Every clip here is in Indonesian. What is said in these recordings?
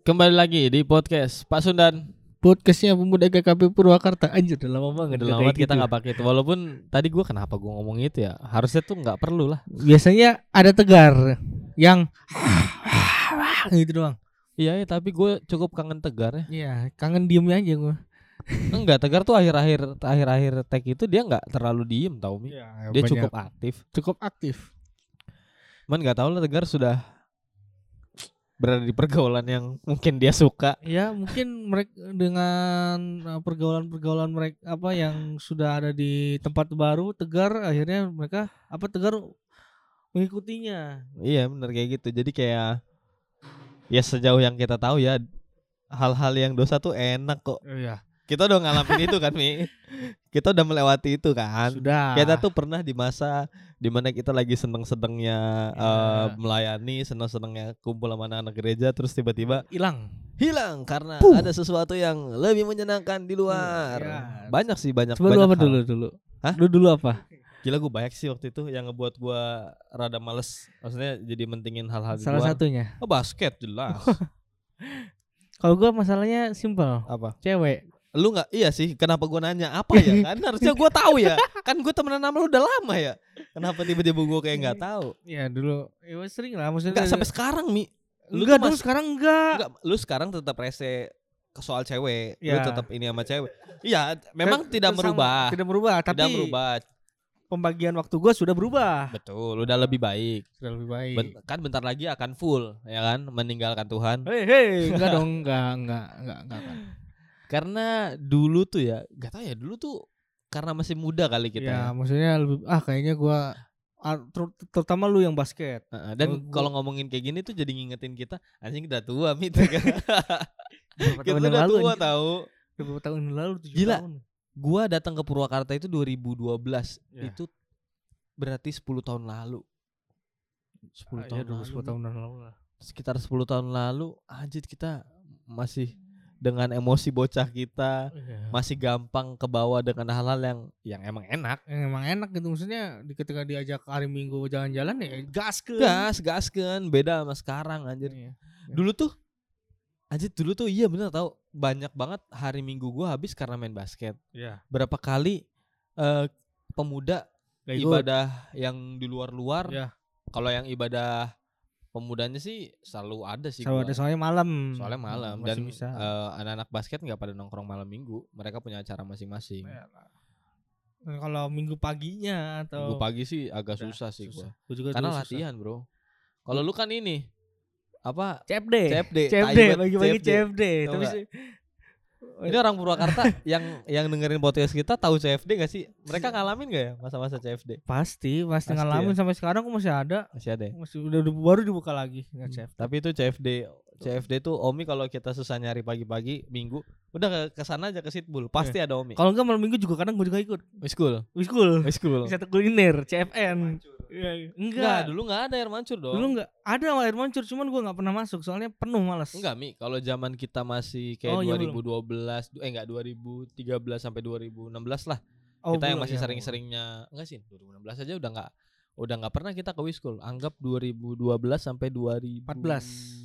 Kembali lagi di podcast Pak Sundan. Podcastnya Pemuda GKP Purwakarta. Anjir udah lama banget. Udah lama kita nggak pakai itu. Walaupun tadi gue kenapa gue ngomong itu ya, harusnya tuh nggak perlu lah. Biasanya ada Tegar yang gitu doang. Iya ya, tapi gue cukup kangen Tegar ya. Iya, kangen diemnya aja gue. Enggak, Tegar tuh akhir-akhir tag itu dia nggak terlalu diem tau Mi. Ya, Dia cukup aktif. Cukup aktif. Man nggak tahu lah Tegar sudah berada di pergaulan yang mungkin dia suka. Ya mungkin mereka dengan pergaulan mereka apa yang sudah ada di tempat baru, Tegar akhirnya mereka Tegar mengikutinya. Iya benar kayak gitu. Jadi kayak ya sejauh yang kita tahu ya, hal-hal yang dosa tuh enak kok. Iya. Kita udah ngalamin itu kan Mi. Kita udah melewati itu kan. Sudah. Kita tuh pernah di masa dimana kita lagi seneng-senengnya melayani, seneng-senengnya kumpul sama anak-anak gereja, terus tiba-tiba hilang karena ada sesuatu yang lebih menyenangkan di luar. Ya. Banyak sih, banyak. Coba banyak lu apa dulu? Hah? Lu dulu apa? Gila gue banyak sih waktu itu yang ngebuat gue rada males. Maksudnya jadi mentingin hal-hal di Salah luar. satunya. Oh, basket jelas. Kalau gue masalahnya simpel. Apa? Cewek. Lu nggak? Iya sih. Kenapa gue nanya apa ya? Kan harusnya gue tahu ya. Kan gue temenan sama lu udah lama ya. Kenapa tiba-tiba gue kayak nggak tahu? Ya dulu, ya sering lah. Maksudnya Enggak sampai sekarang Mi. Lu enggak tuh dulu sekarang enggak. Lu sekarang tetap rese ke soal cewek. Lu Ya. tetap ini sama cewek. Iya, memang tidak merubah. Tidak merubah, tapi Tidak merubah. pembagian waktu gue sudah berubah. Betul, udah lebih baik. Sudah lebih baik. Kan bentar lagi akan full, ya kan? Meninggalkan Tuhan. Hei, enggak dong, enggak kan. Karena dulu tuh ya, gak tau ya, dulu tuh karena masih muda kali kita Ya, ya. maksudnya lebih kayaknya gue terutama lu yang basket. Dan kalau ngomongin kayak gini tuh jadi ngingetin kita, anjing udah tua Mi. Kita udah tua tahu. Beberapa tahun yang lalu 7 Gila. tahun. Gua datang ke Purwakarta itu 2012. Ya. Itu berarti 10 tahun lalu. 10 tahun lalu. 10 tahun lalu lah. Sekitar 10 tahun lalu anjir kita masih dengan emosi bocah kita, masih gampang kebawa dengan hal-hal yang emang enak. Yang emang enak gitu, maksudnya ketika diajak hari Minggu jalan-jalan ya Gaskeun beda sama sekarang anjir. Iya. Dulu tuh iya bener tau, banyak banget hari Minggu gua habis karena main basket. Iya. Berapa kali pemuda Gak ikut. ibadah yang di luar-luar. Ya. Kalau yang ibadah pemudanya sih selalu ada sih. Selalu ada, soalnya malam. Dan bisa. anak-anak basket nggak pada nongkrong malam Minggu, mereka punya acara masing-masing. Ya, kalau Minggu paginya atau Minggu pagi sih agak susah sih gua. Karena dulu latihan bro. Kalau lu kan ini apa? CFD pagi-pagi CFD. Tahu Tapi nggak? Ini orang Purwakarta yang dengerin podcast kita tahu CFD gak sih? Mereka ngalamin gak ya masa-masa CFD? Pasti Pasti ngalamin ya? Sampai sekarang aku masih ada. Masih ada ya? Masih udah baru dibuka lagi CFD. Tapi itu CFD tuh Omi kalau kita susah nyari pagi-pagi Minggu, udah ke sana aja ke Sitbul, pasti ada Omi. Kalau enggak malam Minggu juga kadang gue juga ikut. Wiskul. Satu kuliner CFN. Enggak, dulu enggak ada air mancur dong. Dulu enggak ada air mancur, cuman gue enggak pernah masuk soalnya penuh, malas. Enggak Mi, kalau zaman kita masih kayak 2012, 2013 sampai 2016 lah. Kita yang masih sering-seringnya, enggak sih, 2016 aja udah enggak pernah kita ke Wiskul. Anggap 2012 sampai 2014.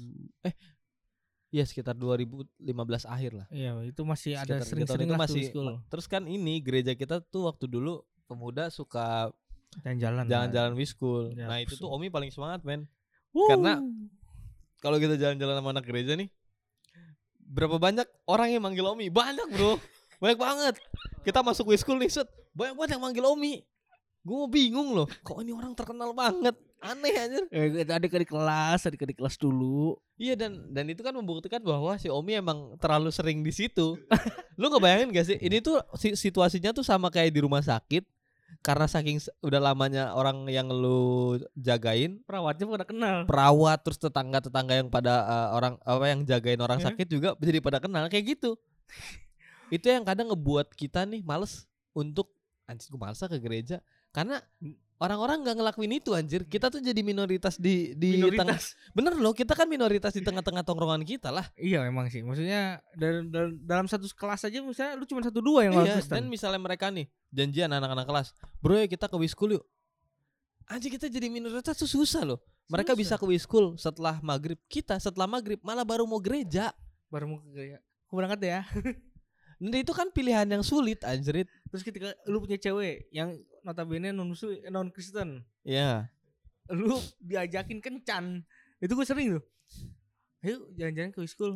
Iya sekitar 2015 akhir lah. Iya, itu masih sekitar ada sering-sering lah masih. Wiskul. Terus kan ini gereja kita tuh waktu dulu pemuda suka jalan-jalan Wiskul. Ya, Nah itu tuh Omi paling semangat men. Wuh. Karena kalau kita jalan-jalan sama anak gereja nih, berapa banyak orang yang manggil Omi? Banyak bro, banyak banget. Kita masuk Wiskul nih set, banyak banget yang manggil Omi. Gue mau bingung loh, kok ini orang terkenal banget, aneh anjir. Adik-adik kelas dulu. Iya dan itu kan membuktikan bahwa si Omi emang terlalu sering di situ. Lu ngebayangin gak sih? Ini tuh situasinya tuh sama kayak di rumah sakit. Karena saking udah lamanya orang yang lu jagain, Perawatnya pada kenal. perawat terus tetangga-tetangga yang pada orang apa yang jagain orang sakit juga jadi pada kenal kayak gitu. Itu yang kadang ngebuat kita nih males untuk anjir gue males ke gereja karena orang-orang nggak ngelakuin itu anjir. Kita tuh jadi minoritas di tengah. Bener loh, kita kan minoritas di tengah-tengah tongkrongan kita lah. Iya emang sih. Maksudnya dalam satu kelas aja misalnya lu cuma 1-2 yang iya, Kristen. dan misalnya mereka nih janjian anak-anak kelas, bro ya kita ke Wiskul yuk. Anjing kita jadi minoritas tuh susah loh. Mereka bisa ke wiskul setelah maghrib. Kita setelah maghrib malah baru mau gereja. Baru mau ke gereja. Aku berangkat ya. Dan itu kan pilihan yang sulit anjrit. Terus ketika lu punya cewek yang notabene non Kristen, Iya. lu diajakin kencan. Itu gue sering tuh. Ayo jalan-jalan ke wiskul.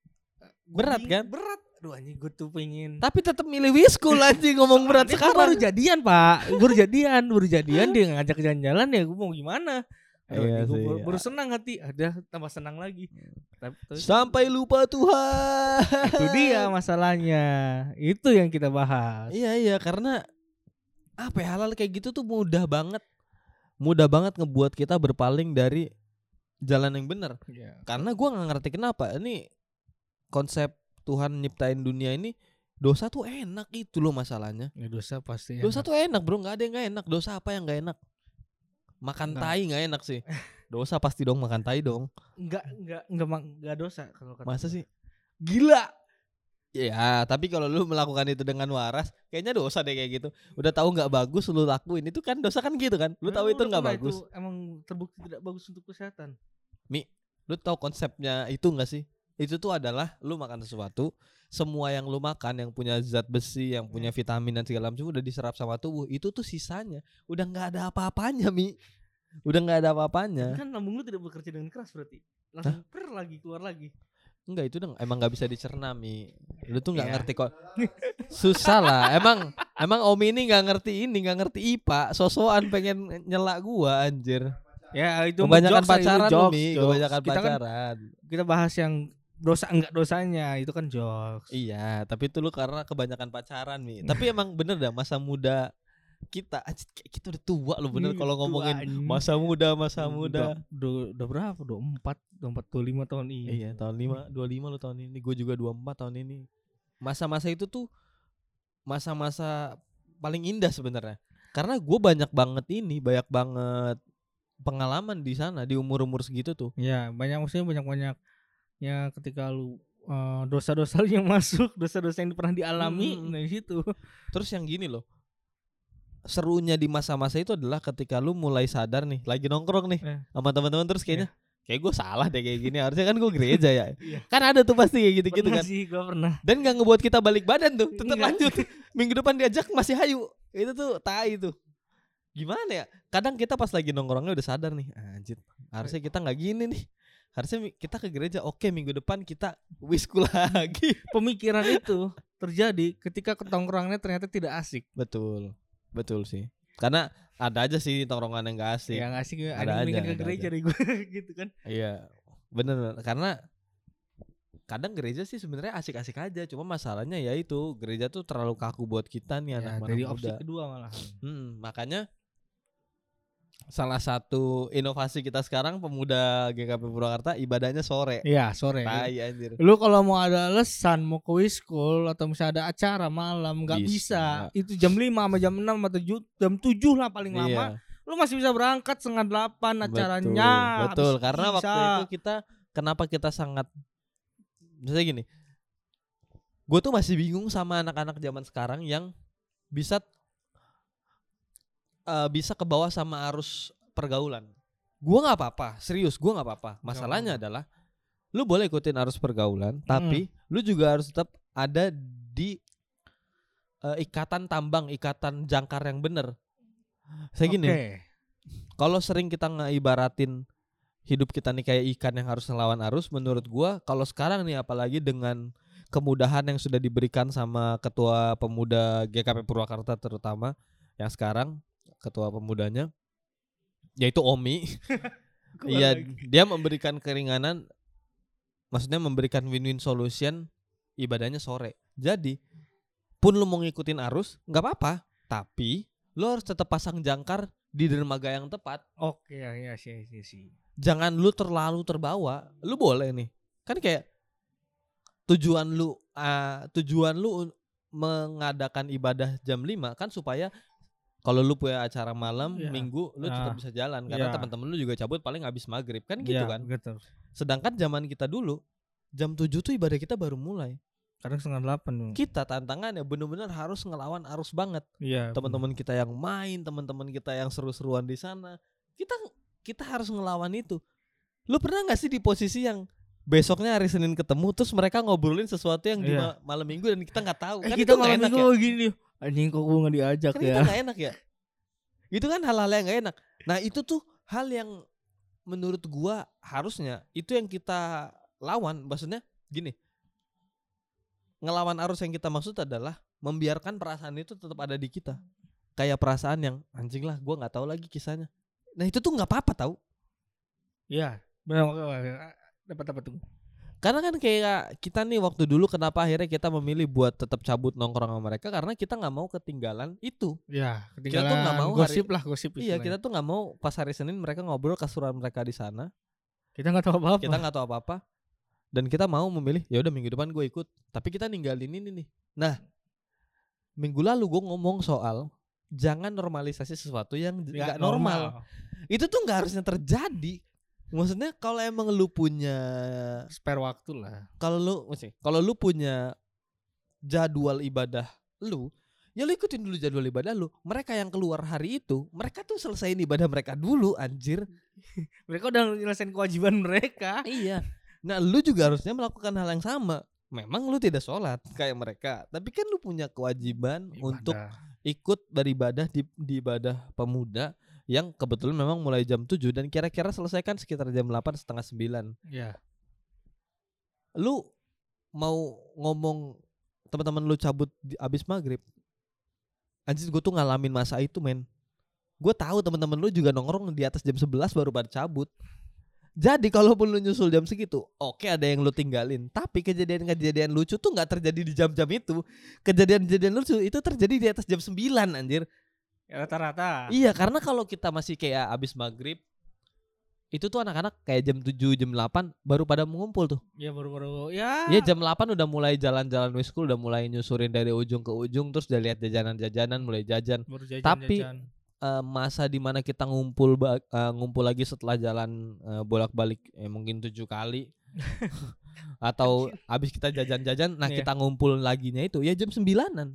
Berat kan? Berat. Aduh anjing gue tuh pengen. Tapi tetap milih wiskul anjing ngomong berat Dia sekarang. baru jadian Pak. Baru jadian dia ngajak jalan-jalan ya gue mau gimana. Aduh, Iya gue sih, baru senang hati. Ada tambah senang lagi. Sampai lupa Tuhan. Itu dia masalahnya. Itu yang kita bahas. Iya karena apa ya, hal-hal kayak gitu tuh mudah banget ngebuat kita berpaling dari jalan yang benar. Ya. Karena gua nggak ngerti kenapa ini konsep Tuhan nyiptain dunia ini, dosa tuh enak itu loh masalahnya. Ya, dosa pasti. Dosa tuh enak bro, nggak ada yang nggak enak. Dosa apa yang nggak enak? Makan tai nggak enak sih. Dosa pasti dong makan tai dong. Enggak dosa kalau kata. Masa sih? Gila. Ya, tapi kalau lu melakukan itu dengan waras, kayaknya dosa deh kayak gitu. Udah tahu nggak bagus lu lakuin itu kan dosa kan gitu kan? Lu tahu itu nggak bagus. Itu emang terbukti tidak bagus untuk kesehatan. Lu tahu konsepnya itu nggak sih? Itu tuh adalah lu makan sesuatu, semua yang lu makan yang punya zat besi, yang punya vitamin dan segala macam udah diserap sama tubuh. Itu tuh sisanya udah nggak ada apa-apanya, Mi. Udah nggak ada apa-apanya. Kan lambung lu tidak bekerja dengan keras berarti. Langsung keluar lagi. Enggak, itu dong emang nggak bisa dicerna, Mi. Lu tuh nggak Iya. ngerti kok. Susah lah. Emang Om ini nggak ngerti IPA. Sosokan pengen nyela gua anjir. Ya itu Kebanyakan jokes lah, pacaran itu lu, jokes, Mi. jokes. Kebanyakan Kita kan pacaran. kita bahas yang dosa enggak dosanya, itu kan jokes. Iya, tapi itu lu karena kebanyakan pacaran, Mi. Tapi emang bener dah masa muda kita udah tua loh bener kalau ngomongin masa muda. Udah berapa? 24, 25 tahun ini. Iya, tahun 25 lo tahun ini. Gue juga 24 tahun ini. Masa-masa itu tuh masa-masa paling indah sebenarnya. Karena gue banyak banget pengalaman di sana di umur-umur segitu tuh. Ya, banyak ya ketika lu dosa-dosa yang masuk, dosa-dosa yang pernah dialami dari situ. Terus yang gini loh. Serunya di masa-masa itu adalah ketika lu mulai sadar nih, lagi nongkrong nih sama teman-teman terus kayaknya kayak gue salah deh kayak gini, harusnya kan gue gereja ya. Kan ada tuh pasti kayak gitu-gitu kan. Sih, gue pernah. Dan gak ngebuat kita balik badan tuh, tetap lanjut. Minggu depan diajak masih hayu. Itu tuh tai tuh. Gimana ya? Kadang kita pas lagi nongkrongnya udah sadar nih, anjir, harusnya kita nggak gini nih. Harusnya kita ke gereja, oke minggu depan kita wiskul lagi. Pemikiran itu terjadi ketika ketongkrongannya ternyata tidak asik. Betul sih. Karena ada aja sih tongkrongan yang gak asik. Yang asik Ada aja ke aja. gereja deh gue gitu kan. Iya, bener. Karena kadang gereja sih sebenarnya asik-asik aja. Cuma masalahnya ya itu gereja tuh terlalu kaku buat kita nih anak-anak Dari muda. opsi kedua malahan. Makanya salah satu inovasi kita sekarang pemuda GKP Purwakarta ibadahnya sore. Iya, sore. Tai anjir. Lu kalau mau ada alasan mau ke wiskul atau misalnya ada acara malam nggak bisa. Itu jam 5 sama jam 6 atau jam 7 lah paling lama. Lu masih bisa berangkat 7:30 acaranya. Betul. Karena waktu itu kenapa kita sangat misalnya gini. Gue tuh masih bingung sama anak-anak zaman sekarang yang bisa ke bawah sama arus pergaulan. Gue nggak apa-apa, serius gue nggak apa-apa. Masalahnya adalah lu boleh ikutin arus pergaulan, tapi lu juga harus tetap ada di ikatan tambang, ikatan jangkar yang bener. Saya gini, kalau sering kita ngeibaratin hidup kita nih kayak ikan yang harus ngelawan arus, menurut gue kalau sekarang nih apalagi dengan kemudahan yang sudah diberikan sama ketua pemuda GKP Purwakarta terutama yang sekarang ketua pemudanya yaitu Omi. Iya, dia memberikan keringanan, maksudnya memberikan win-win solution, ibadahnya sore. Jadi pun lu mau ngikutin arus nggak apa-apa, tapi lu harus tetap pasang jangkar di dermaga yang tepat. Oke, ya sih. Jangan lu terlalu terbawa. Lu boleh nih, kan kayak tujuan lu mengadakan ibadah jam 5 kan supaya kalau lu punya acara malam minggu lu tetap bisa jalan karena teman-teman lu juga cabut paling habis maghrib kan gitu kan. Betul. Sedangkan zaman kita dulu jam 7 tuh ibadah kita baru mulai. Kadang 7:30. Kita tantangannya benar-benar harus ngelawan arus banget. Iya. Teman-teman kita yang main, teman-teman kita yang seru-seruan di sana, kita harus ngelawan itu. Lu pernah nggak sih di posisi yang besoknya hari Senin ketemu terus mereka ngobrolin sesuatu yang di malam Minggu dan kita nggak tahu? Kan kita itu malam enak Minggu ya? gini, anjing kok gue nggak diajak kan ya? Kita nggak enak ya. Itu kan hal-hal yang nggak enak. Nah itu tuh hal yang menurut gua harusnya itu yang kita lawan. Maksudnya gini, ngelawan arus yang kita maksud adalah membiarkan perasaan itu tetap ada di kita. Kayak perasaan yang anjing lah, gua nggak tahu lagi kisahnya. Nah itu tuh nggak apa-apa tahu. Iya, benar. Dapat tuh. Karena kan kayak kita nih waktu dulu kenapa akhirnya kita memilih buat tetap cabut nongkrong sama mereka karena kita nggak mau ketinggalan itu. Iya, ketinggalan. Kita tuh nggak mau gosip. Iya, kita tuh nggak mau pas hari Senin mereka ngobrol keseruan mereka di sana. Kita nggak tahu apa-apa. Dan kita mau memilih ya udah minggu depan gue ikut. Tapi kita ninggalin ini nih. Nah, minggu lalu gue ngomong soal jangan normalisasi sesuatu yang nggak normal. Itu tuh nggak harusnya terjadi. Maksudnya kalau emang lu punya spare waktu lah. Kalau lu punya jadwal ibadah lu, ya lu ikutin dulu jadwal ibadah lu. Mereka yang keluar hari itu, mereka tuh selesaiin ibadah mereka dulu, anjir. Mereka udah nyelesain kewajiban mereka. Iya. Nah, lu juga harusnya melakukan hal yang sama. Memang lu tidak sholat kayak mereka, tapi kan lu punya kewajiban untuk ikut beribadah di ibadah pemuda yang kebetulan memang mulai jam 7 dan kira-kira selesaikan sekitar jam 8 setengah 9. Iya. Lu mau ngomong teman-teman lu cabut abis maghrib, anjir gue tuh ngalamin masa itu men. Gue tahu teman-teman lu juga nongkrong di atas jam 11 baru pada cabut. Jadi kalaupun lu nyusul jam segitu, oke ada yang lu tinggalin. Tapi kejadian-kejadian lucu tuh gak terjadi di jam-jam itu. Kejadian-kejadian lucu itu terjadi di atas jam 9 anjir. Ya, rata-rata. Iya, karena kalau kita masih kayak abis maghrib, itu tuh anak-anak kayak jam 7, jam 8 baru pada mengumpul tuh. Iya baru-baru ya. Iya jam 8 udah mulai jalan-jalan wiskul, udah mulai nyusurin dari ujung ke ujung, terus udah lihat jajanan-jajanan, mulai jajan. Tapi masa dimana kita ngumpul lagi setelah jalan bolak-balik mungkin 7 kali atau abis kita jajan-jajan, nah kita ngumpul laginya itu ya jam 9-an.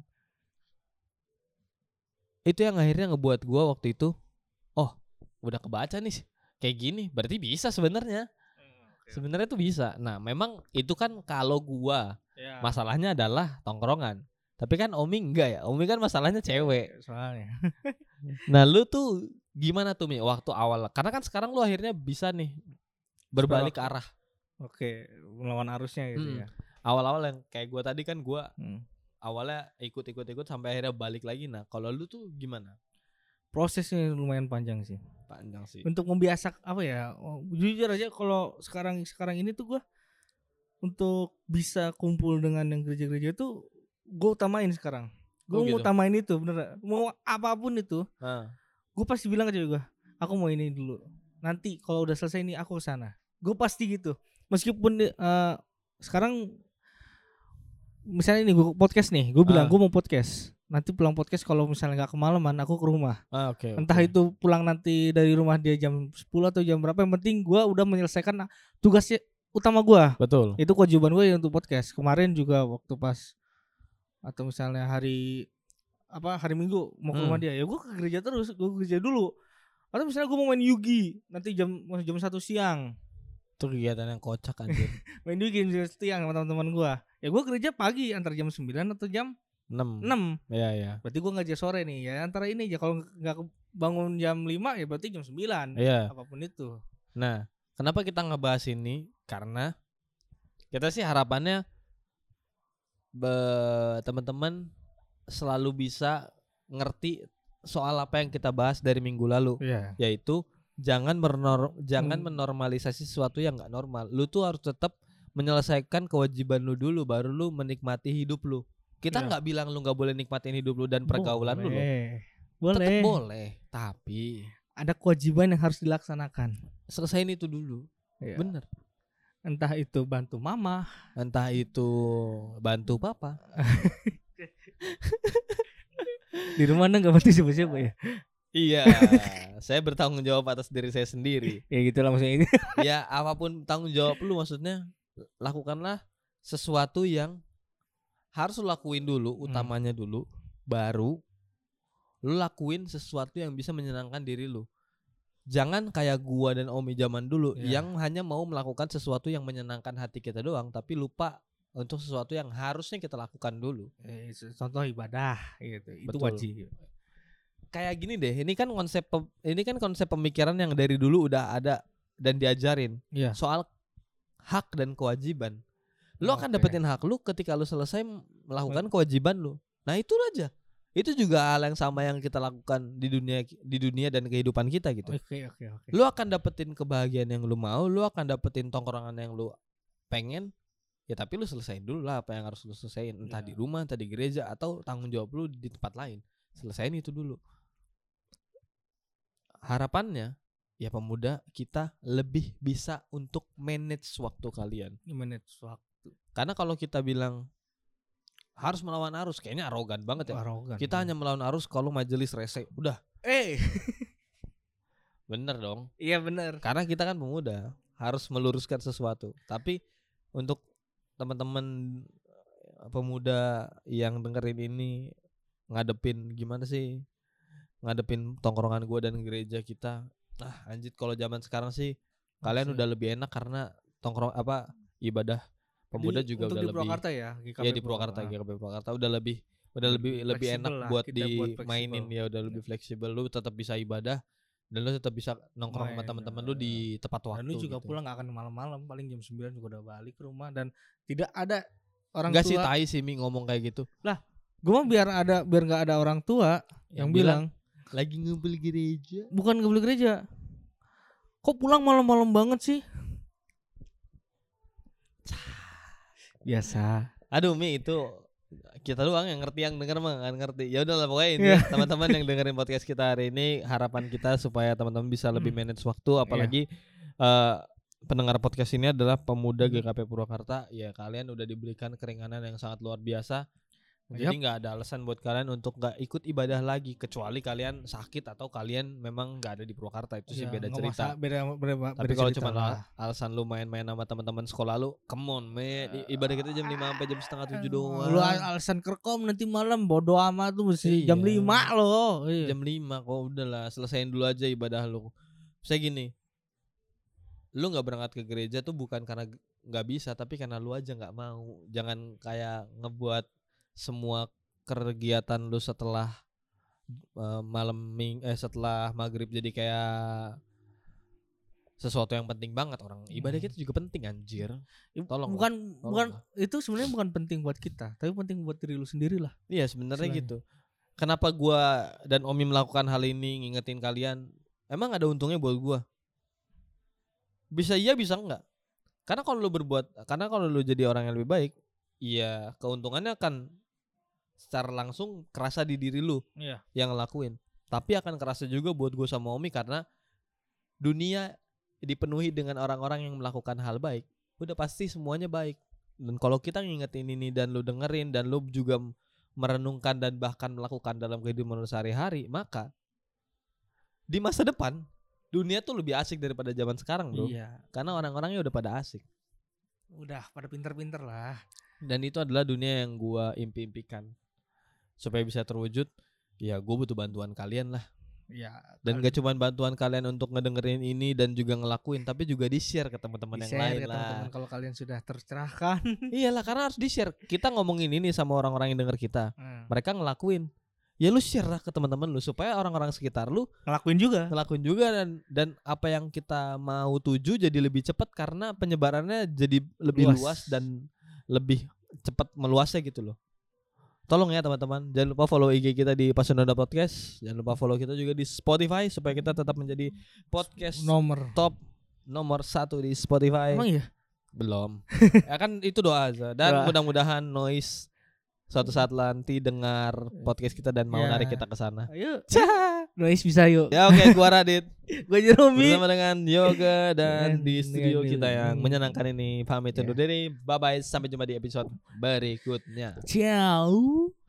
Itu yang akhirnya ngebuat gua waktu itu, oh udah kebaca nih kayak gini, berarti bisa sebenarnya. Sebenarnya tuh bisa. Nah memang itu kan kalau gua masalahnya adalah tongkrongan. Tapi kan Omi enggak ya, Omi kan masalahnya cewek soalnya. Nah lu tuh gimana tuh Mi waktu awal? Karena kan sekarang lu akhirnya bisa nih berbalik ke arah. Oke, melawan arusnya gitu ya. Awal-awal yang kayak gua tadi kan gua awalnya ikut sampai akhirnya balik lagi. Nah kalau lu tuh gimana? Prosesnya lumayan panjang sih. Untuk membiasakan apa ya? Jujur aja kalau sekarang ini tuh gua untuk bisa kumpul dengan yang gereja-gereja itu gue utamain sekarang. Gue mau utamain itu bener. Mau apapun itu, gue pasti bilang ke cewek gue, aku mau ini dulu. Nanti kalau udah selesai ini aku kesana. Gue pasti gitu. Meskipun sekarang misalnya ini gue podcast nih, gue bilang gue mau podcast. Nanti pulang podcast kalau misalnya nggak kemalaman, aku ke rumah. Entah itu pulang nanti dari rumah dia jam 10 atau jam berapa, yang penting gue udah menyelesaikan tugasnya utama gue. Betul. Itu kewajiban gue ya untuk podcast. Kemarin juga waktu pas atau misalnya hari Minggu mau ke rumah dia, ya gue ke gereja terus, gue ke gereja dulu. Atau misalnya gue mau main Yugi nanti jam 1 siang. Itu kegiatan yang kocak anjir. Main Yugi jam 1 siang sama teman-teman gue. Ya gue gereja pagi antara jam 9 atau jam 6. Iya. Berarti gue ngajar sore nih ya, antara ini aja. Kalau nggak bangun jam 5 ya berarti jam 9. Iya. Apapun itu. Nah, kenapa kita ngebahas ini? Karena kita sih harapannya teman-teman selalu bisa ngerti soal apa yang kita bahas dari minggu lalu, yaitu jangan menormalisasi sesuatu yang nggak normal. Lu tuh harus tetap menyelesaikan kewajiban lu dulu, baru lu menikmati hidup lu. Kita nggak bilang lu nggak boleh nikmatin hidup lu dan pergaulan lu loh. Tetap boleh, tapi ada kewajiban yang harus dilaksanakan. Selesaiin itu dulu. Bener. Entah itu bantu mama, entah itu bantu papa. Di rumah Anda gak bantu siapa-siapa ya? Iya, saya bertanggung jawab atas diri saya sendiri. Ya gitulah maksudnya ini. Ya apapun tanggung jawab lu, maksudnya lakukanlah sesuatu yang harus lu lakuin dulu, utamanya dulu, baru lu lakuin sesuatu yang bisa menyenangkan diri lu. Jangan kayak gua dan Omi zaman dulu yang hanya mau melakukan sesuatu yang menyenangkan hati kita doang, tapi lupa untuk sesuatu yang harusnya kita lakukan dulu. Contoh ibadah gitu. Itu wajib. Kayak gini deh, ini kan konsep pemikiran yang dari dulu udah ada dan diajarin. Soal hak dan kewajiban. Lu akan dapetin hak lu ketika lu selesai melakukan kewajiban lu. Nah, itu aja. Itu juga hal yang sama yang kita lakukan di dunia dan kehidupan kita gitu. Oke. Lu akan dapetin kebahagiaan yang lu mau, lu akan dapetin tongkrongan yang lu pengen. Ya tapi lu selesain dulu lah apa yang harus lu selesain, entah di rumah, entah di gereja, atau tanggung jawab lu di tempat lain. Selesain itu dulu. Harapannya ya pemuda kita lebih bisa untuk manage waktu kalian. Manage waktu. Karena kalau kita bilang harus melawan arus, kayaknya arogan banget ya. Arogan. Kita hanya melawan arus kalau majelis rese. Udah. Bener dong. Iya bener. Karena kita kan pemuda, harus meluruskan sesuatu. Tapi untuk teman-teman pemuda yang dengerin ini, ngadepin gimana sih? Ngadepin tongkrongan gua dan gereja kita. Anjir, kalau zaman sekarang sih kalian udah lebih enak karena ibadah pemuda juga udah lebih. Purwakarta ya, di Purwakarta, GKP Purwakarta udah lebih enak buat dimainin ya, udah lebih fleksibel. Lu tetap bisa ibadah dan lu tetap bisa nongkrong sama teman-teman lu di tepat waktu. Dan lu juga pulang gak akan malam-malam, paling jam 9 juga udah balik ke rumah dan tidak ada orang tua. Enggak sih, tai sih Mi ngomong kayak gitu. Lah, gua mah biar enggak ada orang tua yang bilang lagi ngumpul gereja. Bukan ngumpul gereja. Kok pulang malam-malam banget sih? Biasa. Aduh Mi, itu kita doang yang ngerti, yang denger mah kan ngerti. Ya udahlah pokoknya ini teman-teman yang dengerin podcast kita hari ini, harapan kita supaya teman-teman bisa lebih manage waktu, apalagi pendengar podcast ini adalah pemuda GKP Purwakarta. Ya kalian udah diberikan keringanan yang sangat luar biasa. Jadi nggak ada alasan buat kalian untuk nggak ikut ibadah lagi, kecuali kalian sakit atau kalian memang nggak ada di Purwakarta, itu sih beda cerita. Tapi kalau cuma alasan lu main-main sama teman-teman sekolah lu, come on man, ibadah kita jam 5 sampai jam setengah 7 doang. Lu alasan kerkom nanti malam, bodo amat tuh mesti jam 5 loh. Jam 5 kok, udahlah selesain dulu aja ibadah lu. Saya gini, lu nggak berangkat ke gereja tuh bukan karena nggak bisa, tapi karena lu aja nggak mau. Jangan kayak ngebuat semua kegiatan lu setelah setelah maghrib jadi kayak sesuatu yang penting banget. Orang ibadah kita juga penting anjir. Tolong bukan itu sebenarnya bukan penting buat kita, tapi penting buat diri lu sendiri lah. Iya sebenarnya gitu. Kenapa gua dan Omi melakukan hal ini, ngingetin kalian? Emang ada untungnya buat gua? Bisa iya bisa enggak. Karena kalau lu jadi orang yang lebih baik, iya keuntungannya akan secara langsung kerasa di diri lu yang ngelakuin. Tapi akan kerasa juga buat gue sama Omi karena dunia dipenuhi dengan orang-orang yang melakukan hal baik. Udah pasti semuanya baik. Dan kalau kita ngingetin ini dan lu dengerin dan lu juga merenungkan dan bahkan melakukan dalam kehidupan lu sehari-hari, maka di masa depan dunia tuh lebih asik daripada zaman sekarang, bro. Karena orang-orangnya udah pada asik. Udah pada pinter-pinter lah. Dan itu adalah dunia yang gua impi-impikan. Supaya bisa terwujud, ya gue butuh bantuan kalian lah. Ya. Dan gak cuma bantuan kalian untuk ngedengerin ini dan juga ngelakuin, tapi juga di-share ke teman-teman yang lain lah. Teman-teman kalau kalian sudah tercerahkan. Iyalah, karena harus di-share. Kita ngomongin ini sama orang-orang yang denger kita. Mereka ngelakuin. Ya lu share lah ke teman-teman lu supaya orang-orang sekitar lu ngelakuin juga dan apa yang kita mau tuju jadi lebih cepat karena penyebarannya jadi lebih luas dan lebih cepat meluasnya gitu loh. Tolong ya teman-teman, jangan lupa follow IG kita di Pasionaria Podcast. Jangan lupa follow kita juga di Spotify supaya kita tetap menjadi podcast top nomor 1 di Spotify. Emang iya? Belum. Ya kan itu doa aja. Dan mudah-mudahan Noise suatu saat nanti dengar podcast kita dan mau narik kita ke sana. Ayo. Noise bisa yuk. Ya oke, gua Radit. Gua Jeromi. Bersama dengan Yoga dan di studio kita yang menyenangkan ini pamit undur diri. Bye bye, sampai jumpa di episode berikutnya. Ciao.